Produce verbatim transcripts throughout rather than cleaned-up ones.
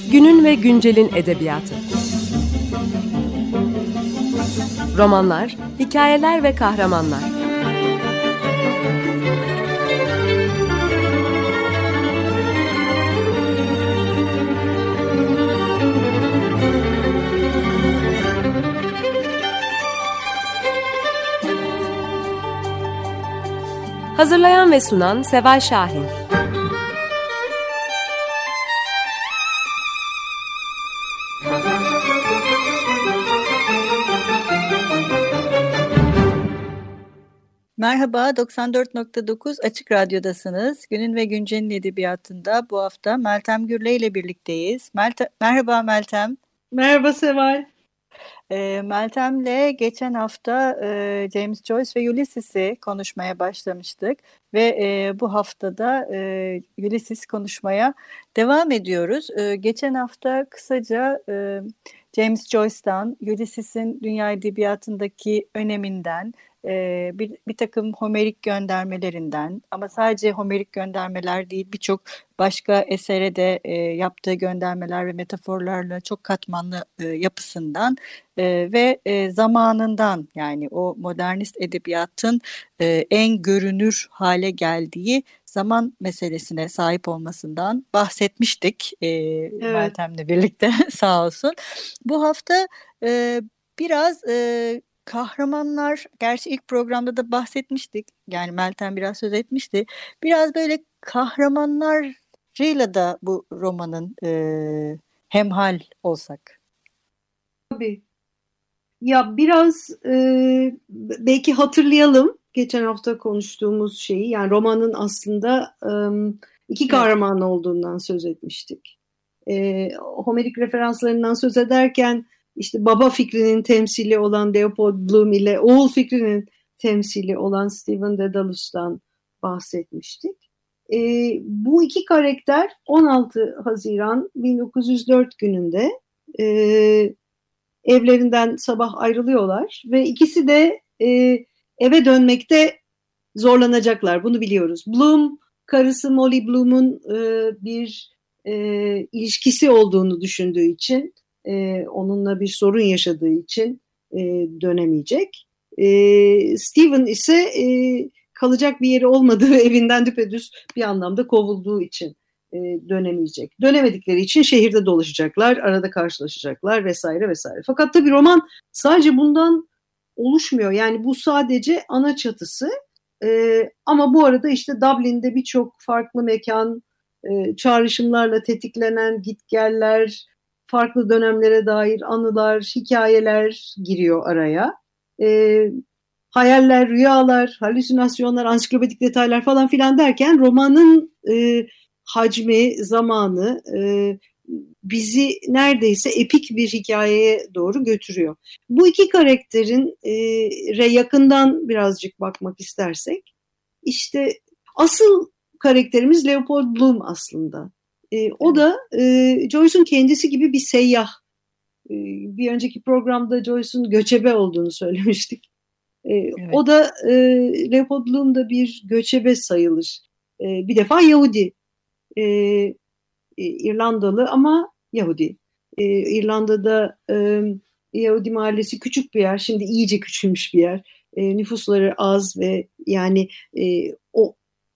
Günün ve güncelin edebiyatı. Romanlar, hikayeler ve kahramanlar. Hazırlayan ve sunan Seval Şahin. Merhaba, doksan dört nokta dokuz Açık Radyo'dasınız. Günün ve Güncel'in edebiyatında bu hafta Meltem Gürle ile birlikteyiz. Melte- Merhaba Meltem. Merhaba Seval. E, Meltem'le geçen hafta e, James Joyce ve Ulysses'i konuşmaya başlamıştık. Ve e, bu haftada e, Ulysses konuşmaya devam ediyoruz. E, geçen hafta kısaca e, James Joyce'dan, Ulysses'in dünya edebiyatındaki öneminden, e, bir, bir takım Homerik göndermelerinden, ama sadece Homerik göndermeler değil, birçok başka esere de e, yaptığı göndermeler ve metaforlarla çok katmanlı e, yapısından e, ve e, zamanından, yani o modernist edebiyatın e, en görünür hale geldiği zaman meselesine sahip olmasından bahsetmiştik e, evet. Meltem'le birlikte sağ olsun. Bu hafta e, biraz e, kahramanlar, gerçi ilk programda da bahsetmiştik, yani Meltem biraz söz etmişti, biraz böyle kahramanlarıyla da bu romanın e, hemhal olsak. Tabii. Ya biraz e, belki hatırlayalım geçen hafta konuştuğumuz şeyi. Yani romanın aslında e, iki kahraman evet. olduğundan söz etmiştik. E, Homerik referanslarından söz ederken işte baba fikrinin temsili olan Leopold Bloom ile oğul fikrinin temsili olan Stephen Dedalus'tan bahsetmiştik. E, bu iki karakter on altı Haziran bin dokuz yüz dört gününde e, evlerinden sabah ayrılıyorlar ve ikisi de e, eve dönmekte zorlanacaklar. Bunu biliyoruz. Bloom, karısı Molly Bloom'un e, bir e, ilişkisi olduğunu düşündüğü için, e, onunla bir sorun yaşadığı için e, dönemeyecek. E, Stephen ise e, kalacak bir yeri olmadığı, evinden düpedüz bir anlamda kovulduğu için e, dönemeyecek. Dönemedikleri için şehirde dolaşacaklar, arada karşılaşacaklar vesaire vesaire. Fakat tabii roman sadece bundan oluşmuyor. Yani bu sadece ana çatısı. E, ama bu arada işte Dublin'de birçok farklı mekan, e, çağrışımlarla tetiklenen gitgeller, farklı dönemlere dair anılar, hikayeler giriyor araya. E, hayaller, rüyalar, halüsinasyonlar, ansiklopedik detaylar falan filan derken romanın e, hacmi, zamanı e, bizi neredeyse epik bir hikayeye doğru götürüyor. Bu iki karakterin e, re yakından birazcık bakmak istersek, işte asıl karakterimiz Leopold Bloom aslında. E, o da e, Joyce'un kendisi gibi bir seyyah. E, bir önceki programda Joyce'un göçebe olduğunu söylemiştik. E, evet. O da e, Leopold Bloom da bir göçebe sayılır. E, bir defa Yahudi. E, e, İrlandalı ama Yahudi. E, İrlanda'da e, Yahudi mahallesi küçük bir yer. Şimdi iyice küçülmüş bir yer. E, nüfusları az ve yani e, o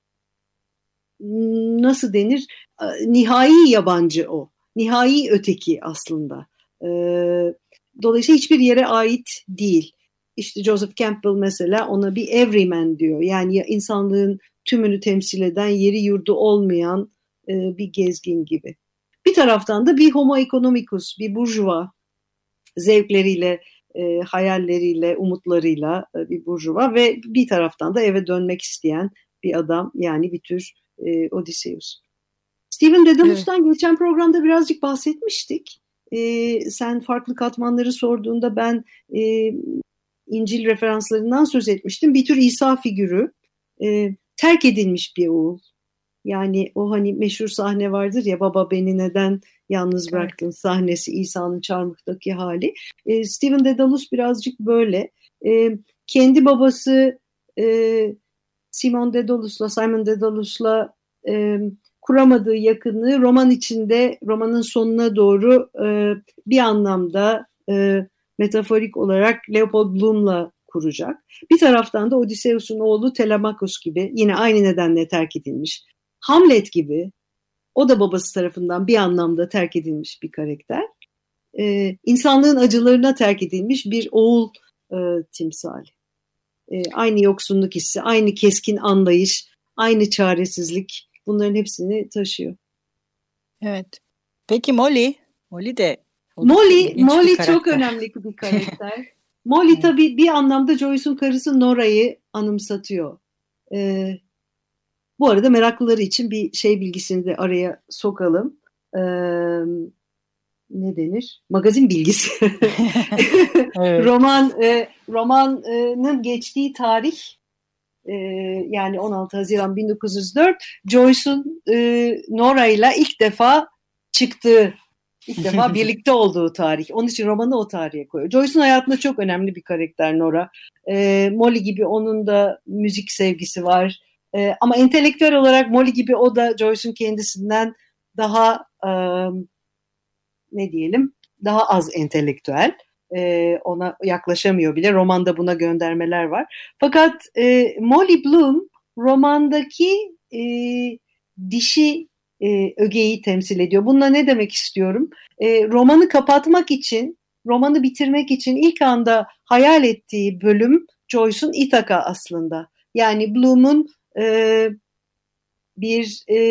nasıl denir? E, nihai yabancı o. Nihai öteki aslında. E, dolayısıyla hiçbir yere ait değil. İşte Joseph Campbell mesela ona bir everyman diyor. Yani insanlığın tümünü temsil eden, yeri yurdu olmayan e, bir gezgin gibi. Bir taraftan da bir homo economicus, bir burjuva, zevkleriyle, e, hayalleriyle, umutlarıyla e, bir burjuva ve bir taraftan da eve dönmek isteyen bir adam, yani bir tür e, Odysseus. Stephen Dedalus'tan evet. geçen programda birazcık bahsetmiştik. E, sen farklı katmanları sorduğunda ben e, İncil referanslarından söz etmiştim. Bir tür İsa figürü, e, terk edilmiş bir oğul. Yani o hani meşhur sahne vardır ya, baba beni neden yalnız bıraktın evet. sahnesi, İsa'nın çarmıhtaki hali. E, Stephen Dedalus birazcık böyle. E, kendi babası e, Simon Dedalus'la, Simon Dedalus'la e, kuramadığı yakınlığı roman içinde, romanın sonuna doğru e, bir anlamda e, metaforik olarak Leopold Bloom'la kuracak. Bir taraftan da Odysseus'un oğlu Telemachus gibi yine aynı nedenle terk edilmiş. Hamlet gibi o da babası tarafından bir anlamda terk edilmiş bir karakter. Ee, insanlığın acılarına terk edilmiş bir oğul e, timsali. E, aynı yoksunluk hissi, aynı keskin anlayış, aynı çaresizlik, bunların hepsini taşıyor. Evet. Peki Molly? Molly de Molly, Molly çok önemli bir karakter. Molly evet. Tabii bir anlamda Joyce'un karısı Nora'yı anımsatıyor. Ee, bu arada meraklıları için bir şey bilgisini de araya sokalım. Ee, ne denir? Magazin bilgisi. Evet. Roman e, romanın geçtiği tarih e, yani on altı Haziran bin dokuz yüz dört Joyce'un e, Nora ile ilk defa çıktığı, ilk defa birlikte olduğu tarih. Onun için romanı o tarihe koyuyor. Joyce'un hayatında çok önemli bir karakter Nora. E, Molly gibi onun da müzik sevgisi var. E, ama entelektüel olarak Molly gibi o da Joyce'un kendisinden daha e, ne diyelim, daha az entelektüel. Ee, ona yaklaşamıyor bile. Romanda buna göndermeler var. Fakat e, Molly Bloom romandaki e, dişi e, ögeyi temsil ediyor. Bununla ne demek istiyorum? E, romanı kapatmak için, romanı bitirmek için ilk anda hayal ettiği bölüm Joyce'un İthaka aslında. Yani Bloom'un e, bir e,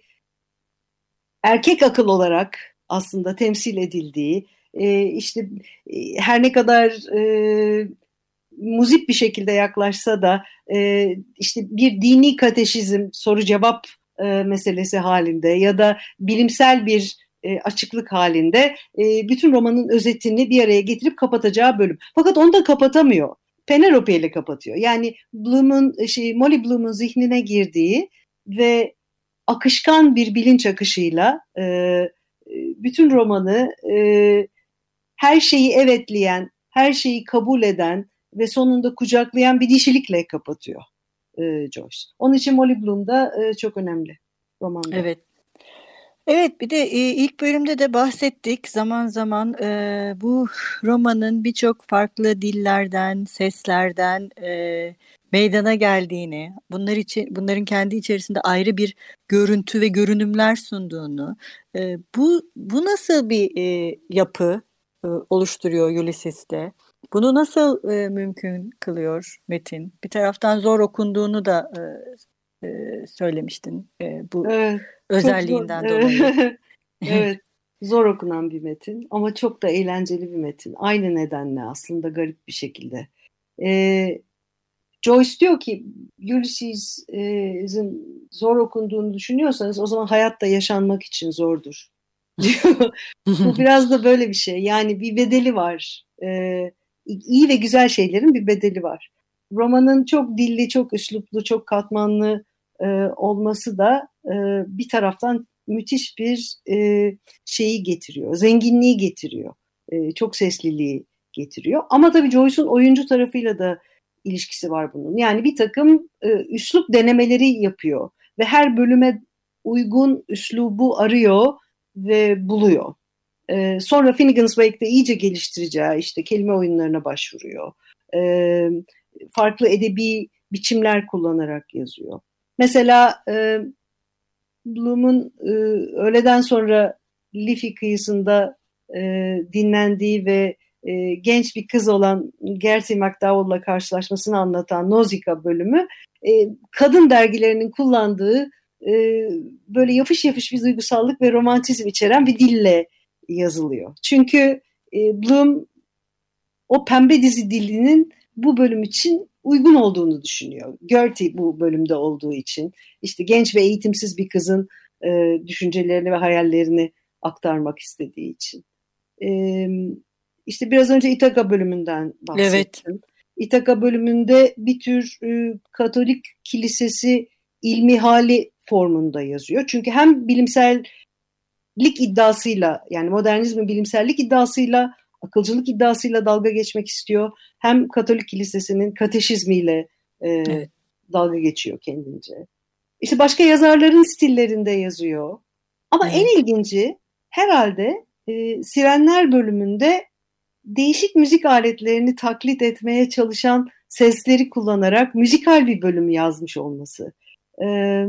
erkek akıl olarak aslında temsil edildiği, e, işte e, her ne kadar e, muzip bir şekilde yaklaşsa da e, işte bir dini kateşizm, soru cevap e, meselesi halinde ya da bilimsel bir e, açıklık halinde e, bütün romanın özetini bir araya getirip kapatacağı bölüm. Fakat onu da kapatamıyor. Penelope ile kapatıyor. Yani Bloom'un, şey, Molly Bloom'un zihnine girdiği ve akışkan bir bilinç akışıyla e, bütün romanı e, her şeyi evetleyen, her şeyi kabul eden ve sonunda kucaklayan bir dişilikle kapatıyor e, Joyce. Onun için Molly Bloom da e, çok önemli romanda. Evet. Evet, bir de e, ilk bölümde de bahsettik. Zaman zaman e, bu romanın birçok farklı dillerden, seslerden e, meydana geldiğini, bunlar için bunların kendi içerisinde ayrı bir görüntü ve görünümler sunduğunu, e, bu bu nasıl bir e, yapı e, oluşturuyor Ulysses'te? Bunu nasıl e, mümkün kılıyor Metin? Bir taraftan zor okunduğunu da e, e, söylemiştin e, bu evet, özelliğinden dolayı. Evet, zor okunan bir metin ama çok da eğlenceli bir metin. Aynı nedenle aslında garip bir şekilde. Ee, Joyce diyor ki Ulysses'in zor okunduğunu düşünüyorsanız o zaman hayatta yaşanmak için zordur diyor. Bu biraz da böyle bir şey. Yani bir bedeli var. Ee, iyi ve güzel şeylerin bir bedeli var. Romanın çok dilli, çok üsluplu, çok katmanlı e, olması da e, bir taraftan müthiş bir e, şeyi getiriyor. Zenginliği getiriyor. E, çok sesliliği getiriyor. Ama tabii Joyce'un oyuncu tarafıyla da ilişkisi var bunun. Yani bir takım e, üslup denemeleri yapıyor ve her bölüme uygun üslubu arıyor ve buluyor. E, sonra Finnegan's Wake'de iyice geliştireceği işte kelime oyunlarına başvuruyor. E, farklı edebi biçimler kullanarak yazıyor. Mesela e, Bloom'un e, öğleden sonra Liffey kıyısında e, dinlendiği ve e, genç bir kız olan Gertie McDowell'la karşılaşmasını anlatan Nausicaa bölümü e, kadın dergilerinin kullandığı e, böyle yapış yapış bir duygusallık ve romantizm içeren bir dille yazılıyor. Çünkü e, Bloom o pembe dizi dilinin bu bölüm için uygun olduğunu düşünüyor. Gertie bu bölümde olduğu için işte genç ve eğitimsiz bir kızın e, düşüncelerini ve hayallerini aktarmak istediği için. E, işte biraz önce İthaka bölümünden bahsettim. Evet. İthaka bölümünde bir tür e, Katolik kilisesi ilmihali formunda yazıyor. Çünkü hem bilimsellik iddiasıyla yani modernizmin bilimsellik iddiasıyla akılcılık iddiasıyla dalga geçmek istiyor. Hem Katolik kilisesinin kateşizmiyle e, evet. dalga geçiyor kendince. İşte başka yazarların stillerinde yazıyor. Ama Evet. en ilginci herhalde e, Sirenler bölümünde değişik müzik aletlerini taklit etmeye çalışan sesleri kullanarak müzikal bir bölüm yazmış olması. Ee,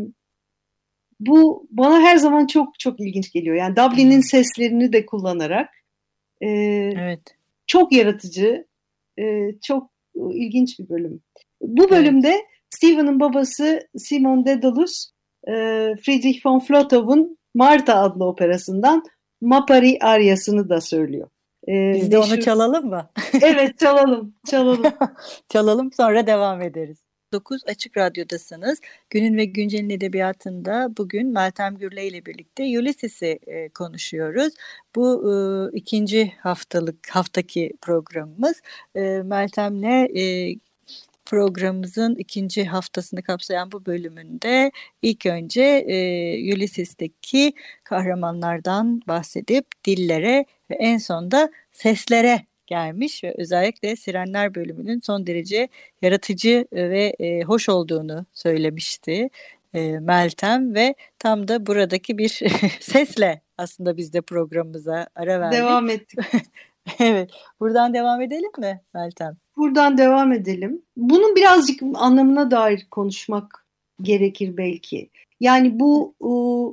bu bana her zaman çok çok ilginç geliyor. Yani Dublin'in seslerini de kullanarak e, Evet. çok yaratıcı, e, çok ilginç bir bölüm. Bu bölümde evet. Stephen'ın babası Simon Dedalus, e, Friedrich von Flotow'un Marta adlı operasından Mapari aryasını da söylüyor. Ee, Biz de meşhur... onu çalalım mı? Evet, çalalım, çalalım. Çalalım, sonra devam ederiz. dokuz Açık Radyo'dasınız. Günün ve Güncel'in edebiyatında bugün Meltem Gürle ile birlikte Ulysses'i e, konuşuyoruz. Bu e, ikinci haftalık haftaki programımız. E, Meltem'le e, programımızın ikinci haftasını kapsayan bu bölümünde ilk önce e, Ulysses'teki kahramanlardan bahsedip dillere ve en sonda seslere gelmiş ve özellikle Sirenler bölümünün son derece yaratıcı ve e, hoş olduğunu söylemişti e, Meltem ve tam da buradaki bir sesle aslında biz de programımıza ara verdik. Devam ettik. Evet, buradan devam edelim mi Meltem? Buradan devam edelim. Bunun birazcık anlamına dair konuşmak gerekir belki. Yani bu o,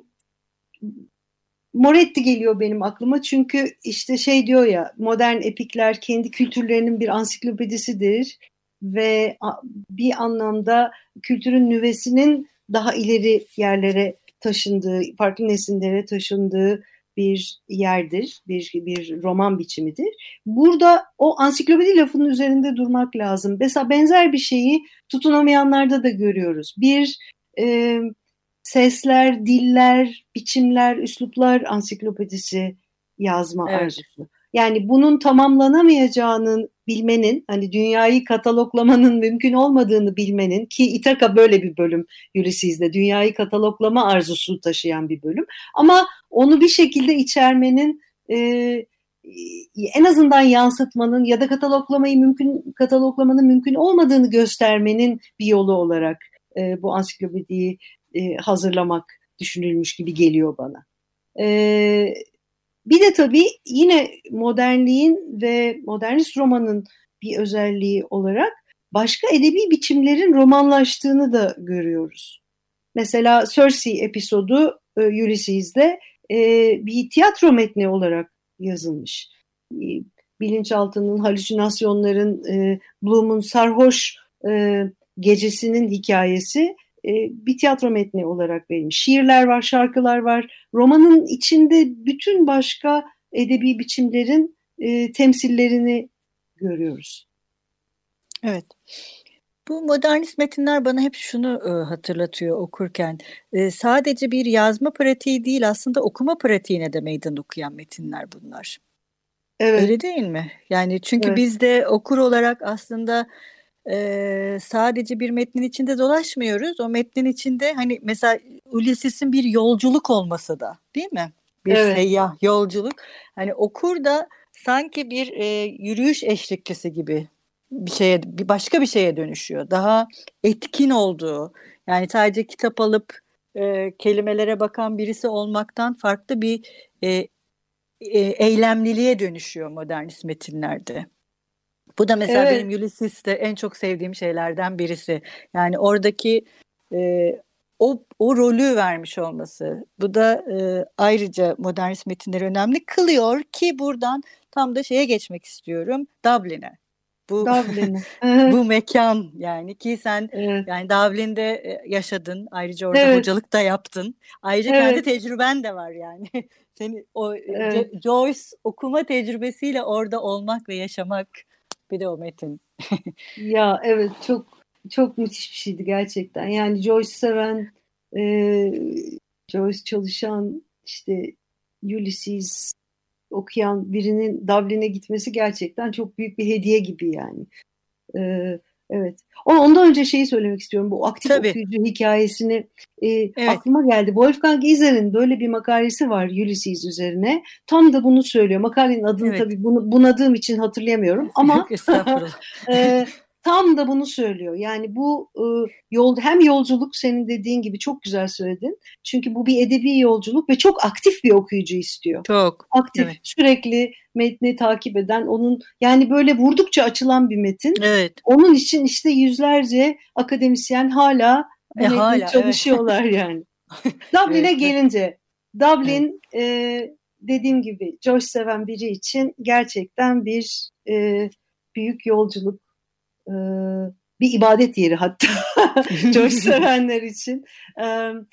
Moretti geliyor benim aklıma çünkü işte şey diyor ya, modern epikler kendi kültürlerinin bir ansiklopedisidir ve bir anlamda kültürün nüvesinin daha ileri yerlere taşındığı, farklı nesillere taşındığı bir yerdir, bir, bir roman biçimidir. Burada o ansiklopedi lafının üzerinde durmak lazım. Mesela benzer bir şeyi tutunamayanlarda da görüyoruz. Bir e, sesler, diller, biçimler, üsluplar ansiklopedisi yazma evet. arzusu. Yani bunun tamamlanamayacağını bilmenin, hani dünyayı kataloglamanın mümkün olmadığını bilmenin, ki İthaka böyle bir bölüm Ulysses'de, dünyayı kataloglama arzusu taşıyan bir bölüm. Ama onu bir şekilde içermenin, e, en azından yansıtmanın ya da kataloglamayı mümkün kataloglamanın mümkün olmadığını göstermenin bir yolu olarak e, bu ansiklopediyi e, hazırlamak düşünülmüş gibi geliyor bana. Evet. Bir de tabii yine modernliğin ve modernist romanın bir özelliği olarak başka edebi biçimlerin romanlaştığını da görüyoruz. Mesela Circe episodu e, Ulysses'de e, bir tiyatro metni olarak yazılmış. E, bilinçaltının, halüsinasyonların, e, Bloom'un sarhoş e, gecesinin hikayesi bir tiyatro metni olarak verilmiş. Şiirler var, şarkılar var. Romanın içinde bütün başka edebi biçimlerin e, temsillerini görüyoruz. Evet. Bu modernist metinler bana hep şunu e, hatırlatıyor okurken. E, sadece bir yazma pratiği değil, aslında okuma pratiğine de meydan okuyan metinler bunlar. Evet. Öyle değil mi? Yani çünkü evet. biz de okur olarak aslında Ee, sadece bir metnin içinde dolaşmıyoruz. O metnin içinde hani mesela Ulysses'in bir yolculuk olması da, değil mi? Bir evet. seyyah yolculuk. Hani okur da sanki bir e, yürüyüş eşlikçisi gibi bir şeye, bir başka bir şeye dönüşüyor. Daha etkin olduğu, yani sadece kitap alıp e, kelimelere bakan birisi olmaktan farklı bir e, e, eylemliliğe dönüşüyor modernist metinlerde. Bu da mesela evet. benim Ulysses'te en çok sevdiğim şeylerden birisi. Yani oradaki e, o, o rolü vermiş olması. Bu da e, ayrıca modernist metinleri önemli kılıyor ki buradan tam da şeye geçmek istiyorum. Dublin'e. Bu Dublin'e. bu mekan yani ki sen evet. yani Dublin'de yaşadın. Ayrıca orada evet. hocalık da yaptın. Ayrıca evet. kendi tecrüben de var yani. Seni o evet. Joyce okuma tecrübesiyle orada olmak ve yaşamak. Bir de o metin. Ya evet, çok çok müthiş bir şeydi gerçekten. Yani Joyce seven, e, Joyce çalışan, işte Ulysses okuyan birinin Dublin'e gitmesi gerçekten çok büyük bir hediye gibi yani. E, evet. Ondan önce şeyi söylemek istiyorum. Bu aktif Tabii. okuyucu hikayesini e, evet. aklıma geldi. Wolfgang Iser'in böyle bir makalesi var Ulysses üzerine. Tam da bunu söylüyor. Makalenin adını evet. tabii bunu, bunadığım için hatırlayamıyorum ama e, tam da bunu söylüyor. Yani bu e, yol hem yolculuk senin dediğin gibi çok güzel söyledin. Çünkü bu bir edebi yolculuk ve çok aktif bir okuyucu istiyor. Çok. Aktif, Evet. sürekli metni takip eden, onun yani böyle vurdukça açılan bir metin. Evet. Onun için işte yüzlerce akademisyen hala bu E, metni hala, çalışıyorlar evet. yani. Dublin'e Evet. gelince, Dublin e, dediğim gibi Joyce seven biri için gerçekten bir e, büyük yolculuk, e, bir ibadet yeri hatta Joyce sevenler için. E,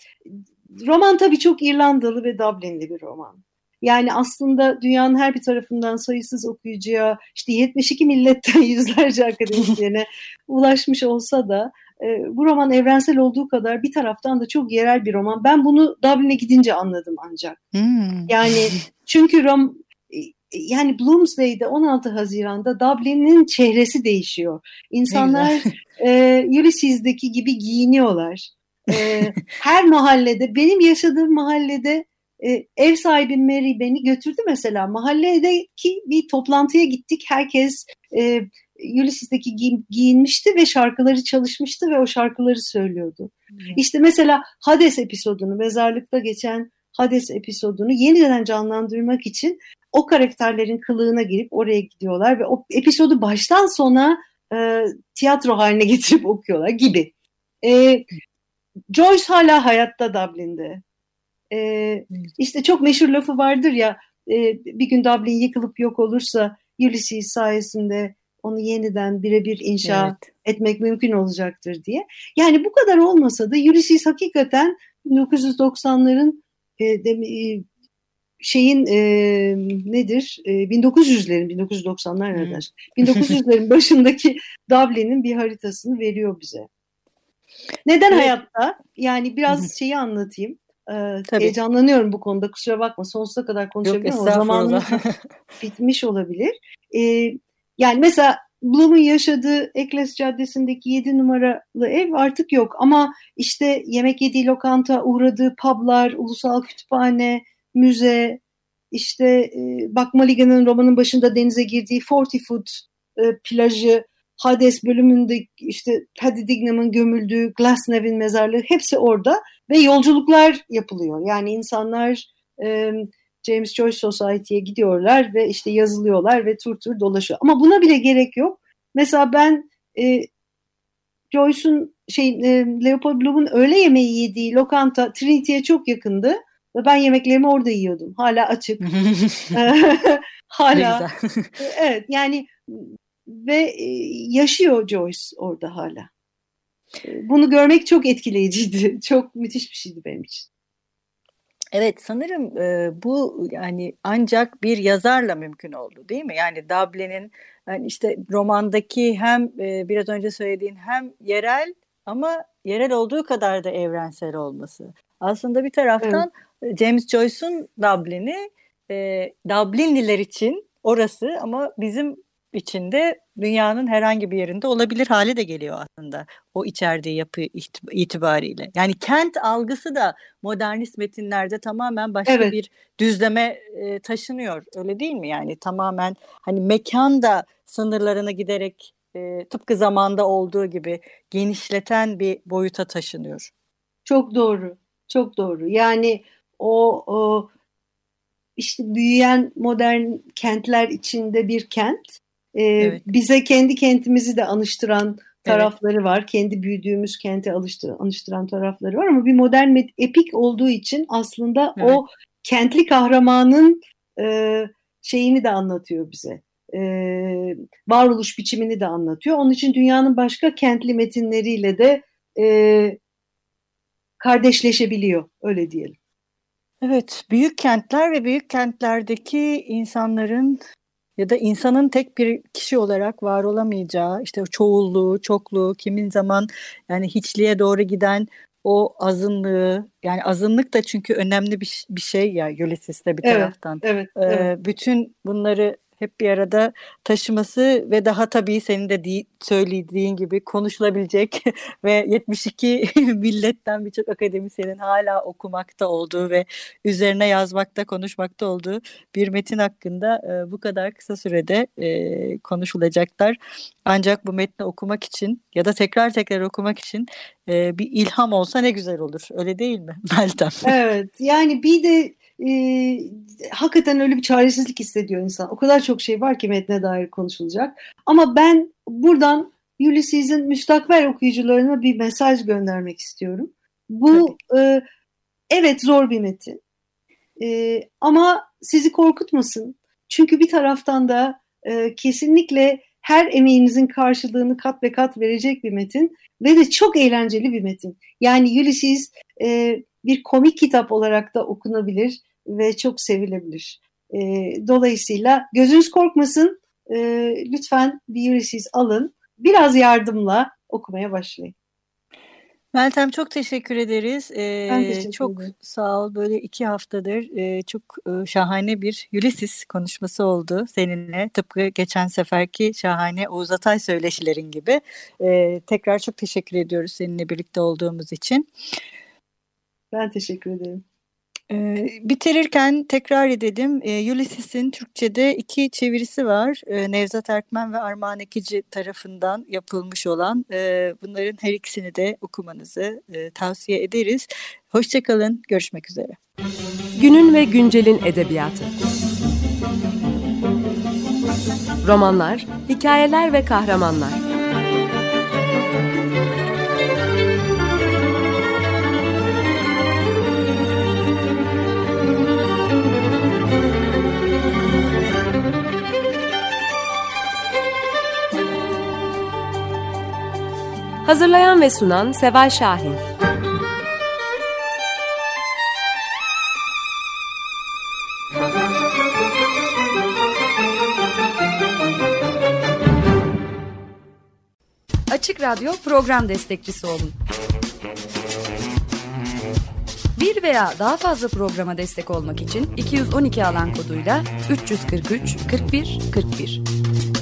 roman tabii çok İrlandalı ve Dublin'li bir roman. Yani aslında dünyanın her bir tarafından sayısız okuyucuya, işte yetmiş iki milletten yüzlerce akademisyene ulaşmış olsa da e, bu roman evrensel olduğu kadar bir taraftan da çok yerel bir roman. Ben bunu Dublin'e gidince anladım ancak. Hmm. Yani çünkü rom, yani Bloomsday'de on altı Haziran'da Dublin'in çehresi değişiyor. İnsanlar e, Ulysses'deki gibi giyiniyorlar. E, her mahallede, benim yaşadığım mahallede e, ev sahibi Mary beni götürdü mesela. Mahalledeki bir toplantıya gittik. Herkes e, Ulysses'deki giy- giyinmişti ve şarkıları çalışmıştı ve o şarkıları söylüyordu. Hmm. İşte mesela Hades episodunu, mezarlıkta geçen Hades episodunu yeniden canlandırmak için o karakterlerin kılığına girip oraya gidiyorlar ve o episodu baştan sona e, tiyatro haline getirip okuyorlar gibi. E, Joyce hala hayatta Dublin'de. E, işte çok meşhur lafı vardır ya, e, bir gün Dublin yıkılıp yok olursa Ulysses sayesinde onu yeniden birebir inşa evet. etmek mümkün olacaktır diye. Yani bu kadar olmasa da Ulysses hakikaten bin dokuz yüz doksanların e, de, e, şeyin e, nedir? E, bin dokuz yüzlerin, bin dokuz yüz doksanlar nereden? Hmm. bin dokuz yüzlerin başındaki Dublin'in bir haritasını veriyor bize. Neden evet. hayatta? Yani biraz şeyi anlatayım. Ee, heyecanlanıyorum bu konuda. Kusura bakma. Sonsuza kadar konuşabilirim ama zamanımız bitmiş olabilir. Ee, yani mesela Bloom'un yaşadığı Eccles Caddesi'ndeki yedi numaralı ev artık yok. Ama işte yemek yediği lokanta, uğradığı publar, ulusal kütüphane, müze, işte e, Buck Mulligan'ın romanın başında denize girdiği Forty Foot e, plajı, Hades bölümünde işte Paddy Digname'ın gömüldüğü Glasnevin mezarlığı, hepsi orada ve yolculuklar yapılıyor. Yani insanlar e, James Joyce Society'ye gidiyorlar ve işte yazılıyorlar ve tur tur dolaşıyor. Ama buna bile gerek yok. Mesela ben e, Joyce'un şey e, Leopold Bloom'un öğle yemeği yediği lokanta Trinity'ye çok yakındı ve ben yemeklerimi orada yiyordum. Hala açık. Hala. Evet, yani ve yaşıyor Joyce orada hala. Bunu görmek çok etkileyiciydi. Çok müthiş bir şeydi benim için. Evet, sanırım e, bu yani ancak bir yazarla mümkün oldu, değil mi? Yani Dublin'in yani işte romandaki hem e, biraz önce söylediğin hem yerel ama yerel olduğu kadar da evrensel olması. Aslında bir taraftan evet. James Joyce'un Dublin'i e, Dublinliler için orası ama bizim içinde dünyanın herhangi bir yerinde olabilir hale de geliyor aslında o içerdiği yapı itibariyle. Yani kent algısı da modernist metinlerde tamamen başka evet. bir düzleme e, taşınıyor. Öyle değil mi? Yani tamamen hani mekan da sınırlarına giderek e, tıpkı zamanda olduğu gibi genişleten bir boyuta taşınıyor. Çok doğru. Çok doğru. Yani o, o işte büyüyen modern kentler içinde bir kent. Ee, evet. Bize kendi kentimizi de anıştıran tarafları evet. var. Kendi büyüdüğümüz kenti anıştıran, anıştıran tarafları var ama bir modern epik olduğu için aslında evet. o kentli kahramanın e, şeyini de anlatıyor bize. E, varoluş biçimini de anlatıyor. Onun için dünyanın başka kentli metinleriyle de e, kardeşleşebiliyor. Öyle diyelim. Evet, büyük kentler ve büyük kentlerdeki insanların ya da insanın tek bir kişi olarak var olamayacağı, işte çoğulluğu, çokluğu, kimin zaman yani hiçliğe doğru giden o azınlığı, yani azınlık da çünkü önemli bir, bir şey ya Ulysses'te bir evet, taraftan. Evet, ee, evet. Bütün bunları hep bir arada taşıması ve daha tabii senin de di- söylediğin gibi konuşulabilecek ve yetmiş iki milletten birçok akademisyenin hala okumakta olduğu ve üzerine yazmakta, konuşmakta olduğu bir metin hakkında e, bu kadar kısa sürede e, konuşulacaklar. Ancak bu metni okumak için ya da tekrar tekrar okumak için e, bir ilham olsa ne güzel olur. Öyle değil mi Meltem? Evet, yani bir de e, hakikaten öyle bir çaresizlik hissediyor insan. O kadar çok şey var ki metne dair konuşulacak. Ama ben buradan Ulysses'in müstakbel okuyucularına bir mesaj göndermek istiyorum. Bu e, evet zor bir metin. E, ama sizi korkutmasın. Çünkü bir taraftan da e, kesinlikle her emeğinizin karşılığını kat ve kat verecek bir metin ve de çok eğlenceli bir metin. Yani Ulysses e, bir komik kitap olarak da okunabilir ve çok sevilebilir. E, dolayısıyla gözünüz korkmasın, e, lütfen bir Ulysses alın, biraz yardımla okumaya başlayın. Meltem çok teşekkür ederiz. Ee, Ben teşekkür çok ederim. sağ ol. Böyle iki haftadır e, çok e, şahane bir Ulysses konuşması oldu seninle. Tıpkı geçen seferki şahane Oğuz Atay söyleşilerin gibi. Ee, tekrar çok teşekkür ediyoruz seninle birlikte olduğumuz için. Ben teşekkür ederim. Ee, bitirirken tekrar edelim. Ee, Ulysses'in Türkçe'de iki çevirisi var. Ee, Nevzat Erkmen ve Armağan Ekici tarafından yapılmış olan. E, bunların her ikisini de okumanızı e, tavsiye ederiz. Hoşçakalın, görüşmek üzere. Günün ve güncelin edebiyatı. Romanlar, hikayeler ve kahramanlar. Hazırlayan ve sunan Seval Şahin. Açık Radyo program destekçisi olun. Bir veya daha fazla programa destek olmak için iki yüz on iki alan koduyla üç yüz kırk üç kırk bir kırk bir